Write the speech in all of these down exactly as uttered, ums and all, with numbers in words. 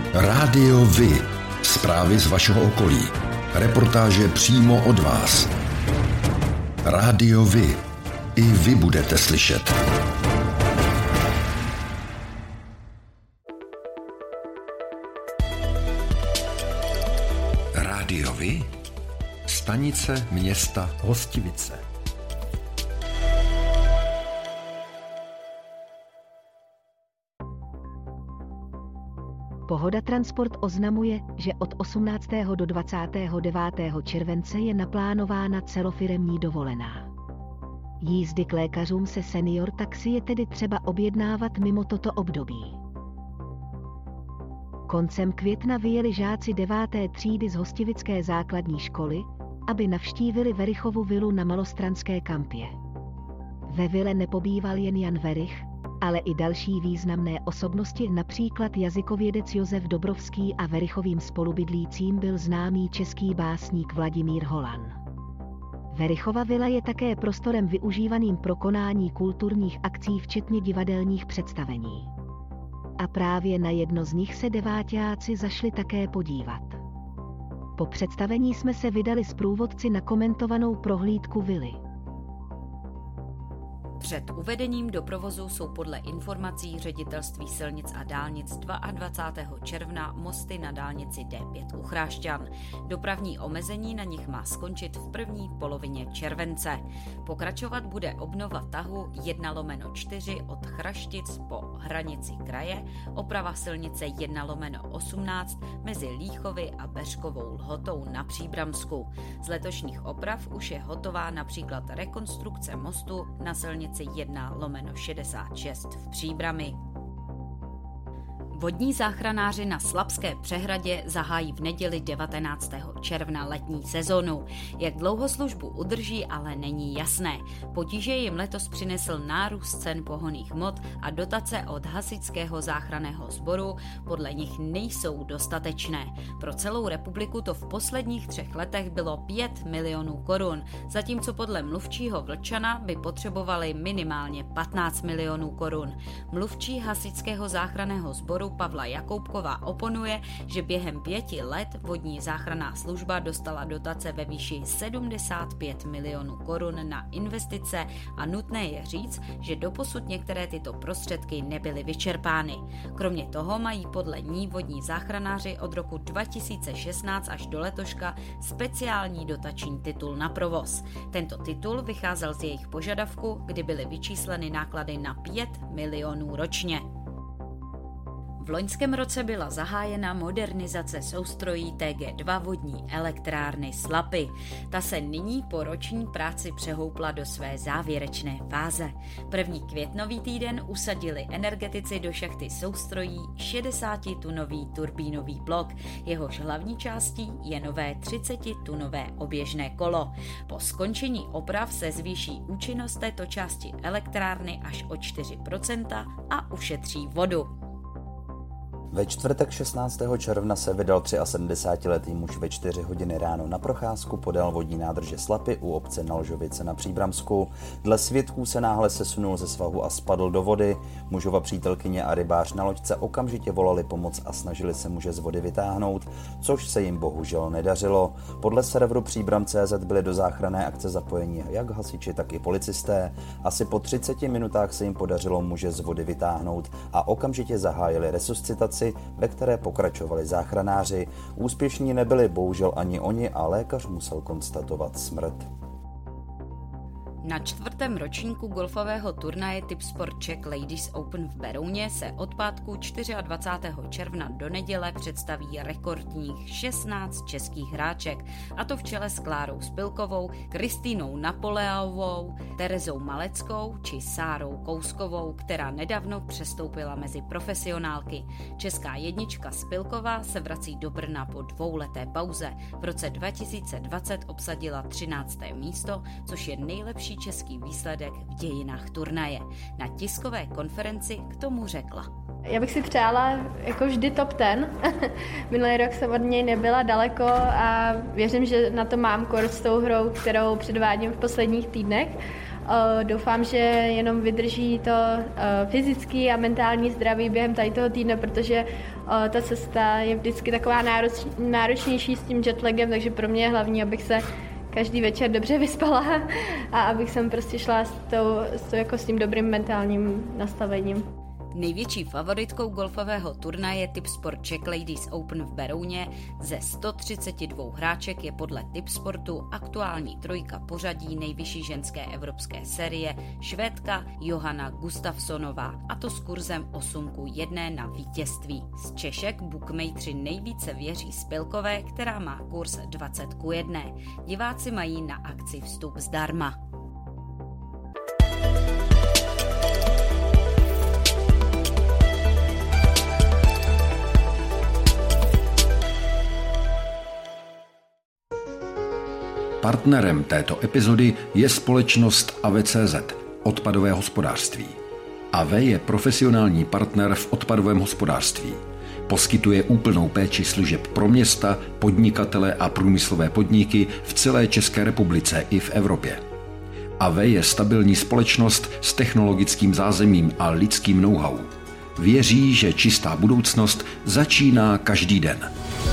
Rádio Vy. Zprávy z vašeho okolí. Reportáže přímo od vás. Rádio Vy. I vy budete slyšet. Rádio Vy. Stanice města Hostivice. Pohoda Transport oznamuje, že od osmnáctého do dvacátého devátého července je naplánována celofiremní dovolená. Jízdy k lékařům se senior taxi je tedy třeba objednávat mimo toto období. Koncem května vyjeli žáci deváté třídy z Hostivické základní školy, aby navštívili Werichovu vilu na Malostranské kampě. Ve vile nepobýval jen Jan Werich, ale i další významné osobnosti, například jazykovědec Josef Dobrovský a Werichovým spolubydlícím byl známý český básník Vladimír Holan. Werichova vila je také prostorem využívaným pro konání kulturních akcí včetně divadelních představení. A právě na jedno z nich se deváťáci zašli také podívat. Po představení jsme se vydali s průvodci na komentovanou prohlídku vily. Před uvedením do provozu jsou podle informací Ředitelství silnic a dálnic dvacátého druhého června mosty na dálnici D pět u Chrášťan. Dopravní omezení na nich má skončit v první polovině července. Pokračovat bude obnova tahu jedna lomeno čtyři od Chraštic po hranici kraje, oprava silnice jedna lomeno osmnáct mezi Líchovy a Beřkovou Lhotou na Příbramsku. Z letošních oprav už je hotová například rekonstrukce mostu na silnici jedna lomeno šedesát šest v Příbrami. Vodní záchranáři na Slabské přehradě zahájí v neděli devatenáctého června letní sezonu. Jak dlouho službu udrží, ale není jasné. Potíže jim letos přinesl nárůst cen pohonných hmot a dotace od Hasičského záchranného sboru podle nich nejsou dostatečné. Pro celou republiku to v posledních třech letech bylo pět milionů korun, zatímco podle mluvčího Vlčana by potřebovali minimálně patnáct milionů korun. Mluvčí Hasičského záchranného sboru Pavla Jakoubková oponuje, že během pěti let vodní záchranná služba dostala dotace ve výši sedmdesát pět milionů korun na investice a nutné je říct, že doposud některé tyto prostředky nebyly vyčerpány. Kromě toho mají podle ní vodní záchranáři od roku dva tisíce šestnáct až do letoška speciální dotační titul na provoz. Tento titul vycházel z jejich požadavku, kdy byly vyčísleny náklady na pět milionů ročně. V loňském roce byla zahájena modernizace soustrojí T G dva vodní elektrárny Slapy. Ta se nyní po roční práci přehoupla do své závěrečné fáze. První květnový týden usadili energetici do šachty soustrojí šedesátitunový turbínový blok. Jehož hlavní částí je nové třicetitunové oběžné kolo. Po skončení oprav se zvýší účinnost této části elektrárny až o čtyři procenta a ušetří vodu. Ve čtvrtek šestnáctého června se vydal sedmdesátiletý muž ve čtyři hodiny ráno na procházku podél vodní nádrže Slapy u obce Nalžovice na Příbramsku. Dle svědků se náhle sesunul ze svahu a spadl do vody. Mužova přítelkyně a rybář na loďce okamžitě volali pomoc a snažili se muže z vody vytáhnout, což se jim bohužel nedařilo. Podle serveru Příbram tečka cé zet byli do záchranné akce zapojeni jak hasiči, tak i policisté. Asi po třiceti minutách se jim podařilo muže z vody vytáhnout a okamžitě zahájili resuscitaci, ve které pokračovali záchranáři. Úspěšní nebyli bohužel ani oni a lékař musel konstatovat smrt. Na čtvrtém ročníku golfového turnaje Tipsport Czech Ladies Open v Berouně se od pátku dvacátého čtvrtého června do neděle představí rekordních šestnáct českých hráček, a to v čele s Klárou Spilkovou, Kristýnou Napoleovou, Terezou Maleckou či Sárou Kouskovou, která nedávno přestoupila mezi profesionálky. Česká jednička Spilková se vrací do Brna po dvouleté pauze. V roce dva tisíce dvacet obsadila třinácté místo, což je nejlepší český výsledek v dějinách turnaje. Na tiskové konferenci k tomu řekla: Já bych si přála jako vždy top ten. Minulý rok jsem od něj nebyla daleko a věřím, že na to mám kurz s tou hrou, kterou předvádím v posledních týdnech. Doufám, že jenom vydrží to fyzický a mentální zdraví během tady toho týdne, protože ta cesta je vždycky taková náročnější s tím jetlagem, takže pro mě je hlavní, abych se každý večer dobře vyspala a abych sem prostě šla s, tou, s, tou, jako s tím dobrým mentálním nastavením. Největší favoritkou golfového turnaje Tipsport Czech Ladies Open v Berouně ze sto třicet dva hráček je podle Tipsportu aktuální trojka pořadí nejvyšší ženské evropské série Švédka Johanna Gustafssonová, a to s kurzem osm ku jedné na vítězství. Z Češek bookmakeri nejvíce věří Spilkové, která má kurz dvacet ku jedné. Diváci mají na akci vstup zdarma. Partnerem této epizody je společnost A V C Z, odpadové hospodářství. A V je profesionální partner v odpadovém hospodářství. Poskytuje úplnou péči služeb pro města, podnikatele a průmyslové podniky v celé České republice i v Evropě. A V je stabilní společnost s technologickým zázemím a lidským know-how. Věří, že čistá budoucnost začíná každý den.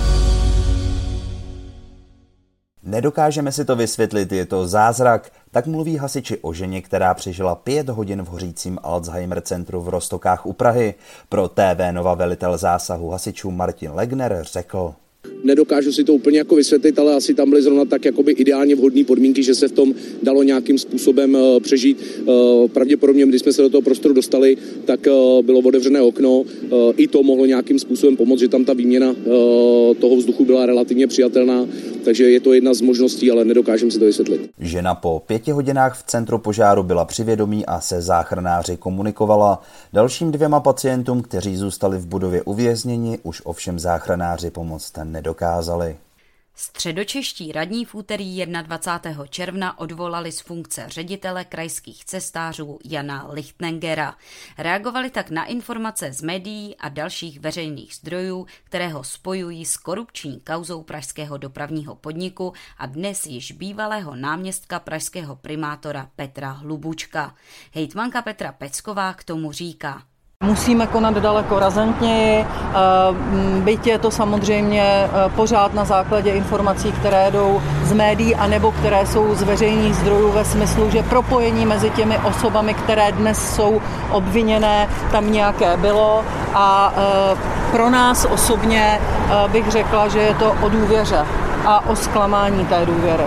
Nedokážeme si to vysvětlit, je to zázrak, tak mluví hasiči o ženě, která přežila pět hodin v hořícím Alzheimer centru v Roztokách u Prahy. Pro T V Nova velitel zásahu hasičů Martin Legner řekl: Nedokážu si to úplně jako vysvětlit, ale asi tam byly zrovna tak jakoby ideálně vhodné podmínky, že se v tom dalo nějakým způsobem uh, přežít. Uh, pravděpodobně, když jsme se do toho prostoru dostali, tak uh, bylo otevřené okno. Uh, I to mohlo nějakým způsobem pomoct, že tam ta výměna uh, toho vzduchu byla relativně přijatelná, takže je to jedna z možností, ale nedokážem si to vysvětlit. Žena po pěti hodinách v centru požáru byla při vědomí a se záchranáři komunikovala. Dalším dvěma pacientům, kteří zůstali v budově uvězněni, už ovšem záchranáři pomoct nedokázali. Středočeští radní v úterý dvacátého prvního června odvolali z funkce ředitele krajských cestářů Jana Lichtnengera. Reagovali tak na informace z médií a dalších veřejných zdrojů, které ho spojují s korupční kauzou pražského dopravního podniku a dnes již bývalého náměstka pražského primátora Petra Hlubučka. Hejtmanka Petra Pecková k tomu říká: Musíme konat daleko razantněji, byť je to samozřejmě pořád na základě informací, které jdou z médií anebo které jsou z veřejných zdrojů ve smyslu, že propojení mezi těmi osobami, které dnes jsou obviněné, tam nějaké bylo a pro nás osobně bych řekla, že je to o důvěře a o zklamání té důvěry.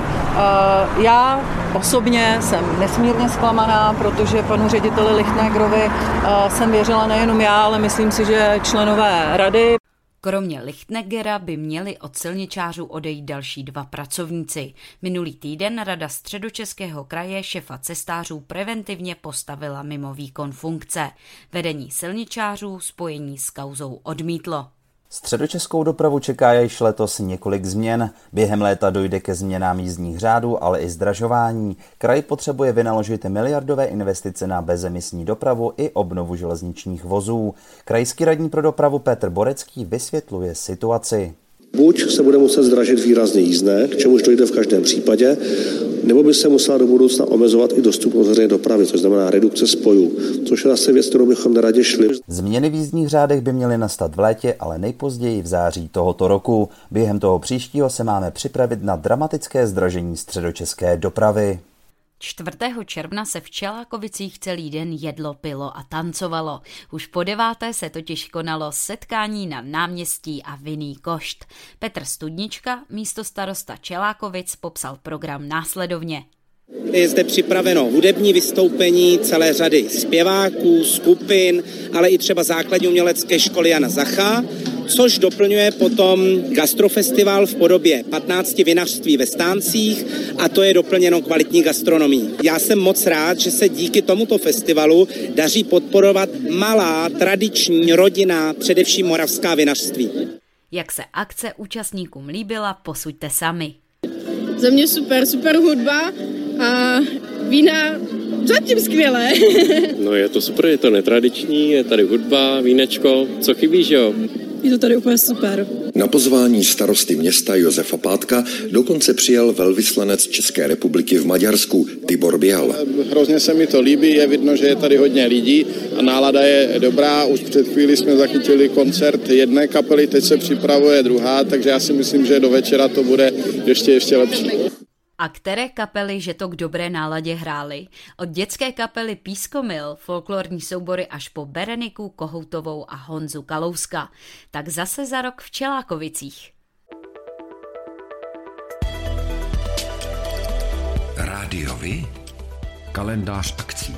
Já osobně jsem nesmírně zklamaná, protože panu řediteli Lichtnegerovi jsem věřila nejenom já, ale myslím si, že členové rady. Kromě Lichtnegera by měli od silničářů odejít další dva pracovníci. Minulý týden Rada Středočeského kraje šefa cestářů preventivně postavila mimo výkon funkce. Vedení silničářů spojení s kauzou odmítlo. Středočeskou dopravu čeká již letos několik změn. Během léta dojde ke změnám jízdních řádů, ale i zdražování. Kraj potřebuje vynaložit miliardové investice na bezemisní dopravu i obnovu železničních vozů. Krajský radní pro dopravu Petr Borecký vysvětluje situaci. Buď se bude muset zdražit výrazně jízdné, k čemuž dojde v každém případě, nebo by se musela do budoucna omezovat i dostupnost veřejné dopravy, což znamená redukce spojů, což je zase věc, kterou bychom neradě šli. Změny v jízdních řádech by měly nastat v létě, ale nejpozději v září tohoto roku. Během toho příštího se máme připravit na dramatické zdražení středočeské dopravy. čtvrtého června se v Čelákovicích celý den jedlo, pilo a tancovalo. Už po deváté se totiž konalo setkání na náměstí a vinný košt. Petr Studnička, místostarosta Čelákovic, popsal program následovně. Je zde připraveno hudební vystoupení celé řady zpěváků, skupin, ale i třeba základní umělecké školy Jana Zacha, což doplňuje potom gastrofestival v podobě patnácti vinařství ve Stáncích a to je doplněno kvalitní gastronomií. Já jsem moc rád, že se díky tomuto festivalu daří podporovat malá, tradiční, rodinná, především moravská vinařství. Jak se akce účastníkům líbila, posuďte sami. Za mě super, super hudba a vína zatím skvělé. No je to super, je to netradiční, je tady hudba, vínečko, co chybí, že jo? je to tady úplně super. Na pozvání starosty města Josefa Pátka dokonce přijel velvyslanec České republiky v Maďarsku Tibor Běhal. Hrozně se mi to líbí, je vidno, že je tady hodně lidí a nálada je dobrá. Už před chvíli jsme zachytili koncert jedné kapely, teď se připravuje druhá, takže já si myslím, že do večera to bude ještě ještě lepší. A které kapely, že to k dobré náladě hrály? Od dětské kapely Pískomil, folklorní soubory až po Bereniku Kohoutovou a Honzu Kalouska. Tak zase za rok v Čelákovicích. Rádiovi? Kalendář akcí.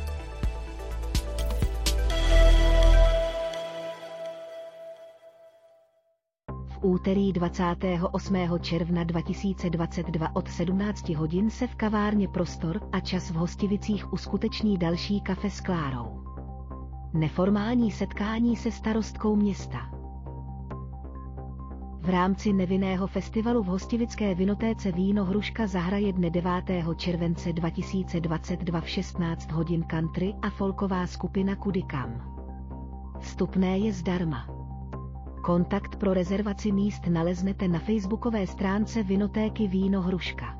V úterý dvacátého osmého června dva tisíce dvacet dva od sedmnácti hodin se v kavárně Prostor a čas v Hostivicích uskuteční další kafe s Klárou. Neformální setkání se starostkou města. V rámci nevinného festivalu v hostivické vinotéce Víno Hruška zahraje dne devátého července dva tisíce dvacet dva v šestnáct hodin country a folková skupina Kudy kam. Vstupné je zdarma. Kontakt pro rezervaci míst naleznete na facebookové stránce vinotéky Víno Hruška.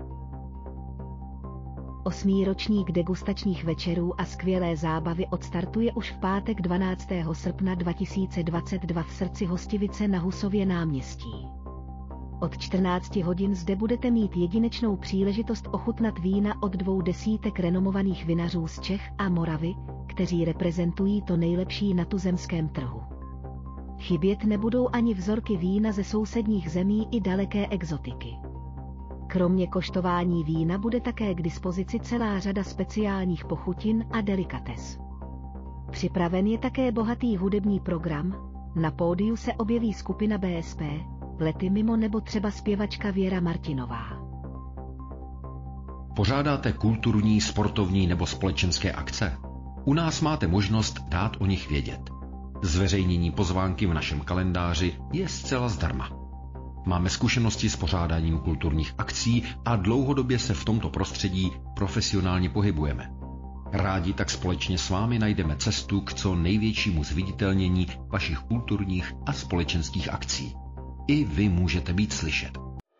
Osmý ročník degustačních večerů a skvělé zábavy odstartuje už v pátek dvanáctého srpna dva tisíce dvacet dva v srdci Hostivice na Husově náměstí. Od čtrnácti hodin zde budete mít jedinečnou příležitost ochutnat vína od dvou desítek renomovaných vinařů z Čech a Moravy, kteří reprezentují to nejlepší na tuzemském trhu. Chybět nebudou ani vzorky vína ze sousedních zemí i daleké exotiky. Kromě koštování vína bude také k dispozici celá řada speciálních pochutin a delikates. Připraven je také bohatý hudební program, na pódiu se objeví skupina B S P, Lety mimo nebo třeba zpěvačka Věra Martinová. Pořádáte kulturní, sportovní nebo společenské akce? U nás máte možnost dát o nich vědět. Zveřejnění pozvánky v našem kalendáři je zcela zdarma. Máme zkušenosti s pořádáním kulturních akcí a dlouhodobě se v tomto prostředí profesionálně pohybujeme. Rádi tak společně s vámi najdeme cestu k co největšímu zviditelnění vašich kulturních a společenských akcí. I vy můžete být slyšet.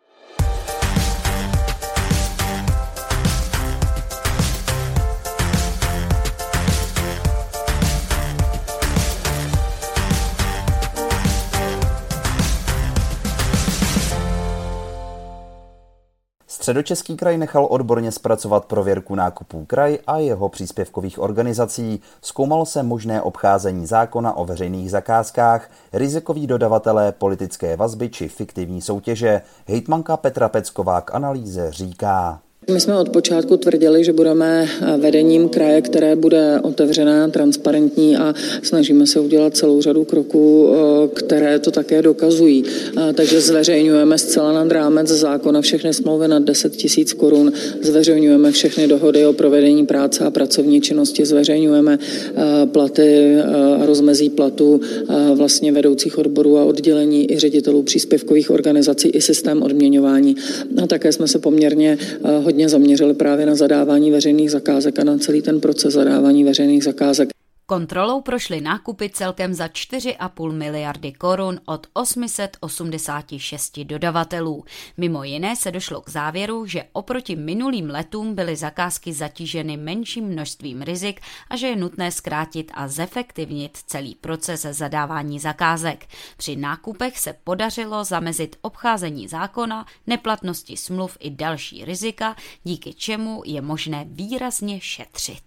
Středočeský kraj nechal odborně zpracovat prověrku nákupů kraj a jeho příspěvkových organizací. Zkoumalo se možné obcházení zákona o veřejných zakázkách, rizikoví dodavatelé, politické vazby či fiktivní soutěže. Hejtmanka Petra Pecková k analýze říká: My jsme od počátku tvrdili, že budeme vedením kraje, které bude otevřené, transparentní a snažíme se udělat celou řadu kroků, které to také dokazují. Takže zveřejňujeme zcela nad rámec zákona všechny smlouvy nad deset tisíc korun, zveřejňujeme všechny dohody o provedení práce a pracovní činnosti, zveřejňujeme platy a rozmezí platů vlastně vedoucích odborů a oddělení i ředitelů příspěvkových organizací i systém odměňování. A také jsme se poměrně hodně zaměřili právě na zadávání veřejných zakázek a na celý ten proces zadávání veřejných zakázek. Kontrolou prošly nákupy celkem za čtyři a půl miliardy korun od osm set osmdesát šest dodavatelů. Mimo jiné se došlo k závěru, že oproti minulým letům byly zakázky zatíženy menším množstvím rizik a že je nutné zkrátit a zefektivnit celý proces zadávání zakázek. Při nákupech se podařilo zamezit obcházení zákona, neplatnosti smluv i další rizika, díky čemu je možné výrazně šetřit.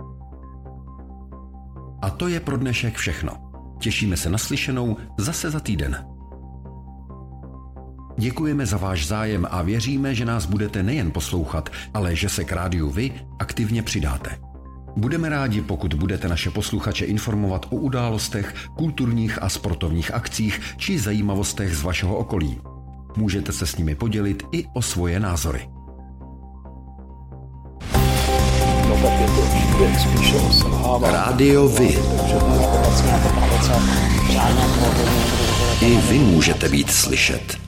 A to je pro dnešek všechno. Těšíme se na slyšenou zase za týden. Děkujeme za váš zájem a věříme, že nás budete nejen poslouchat, ale že se k rádiu vy aktivně přidáte. Budeme rádi, pokud budete naše posluchače informovat o událostech, kulturních a sportovních akcích či zajímavostech z vašeho okolí. Můžete se s nimi podělit i o svoje názory. Rádio Vy. I vy můžete být slyšet.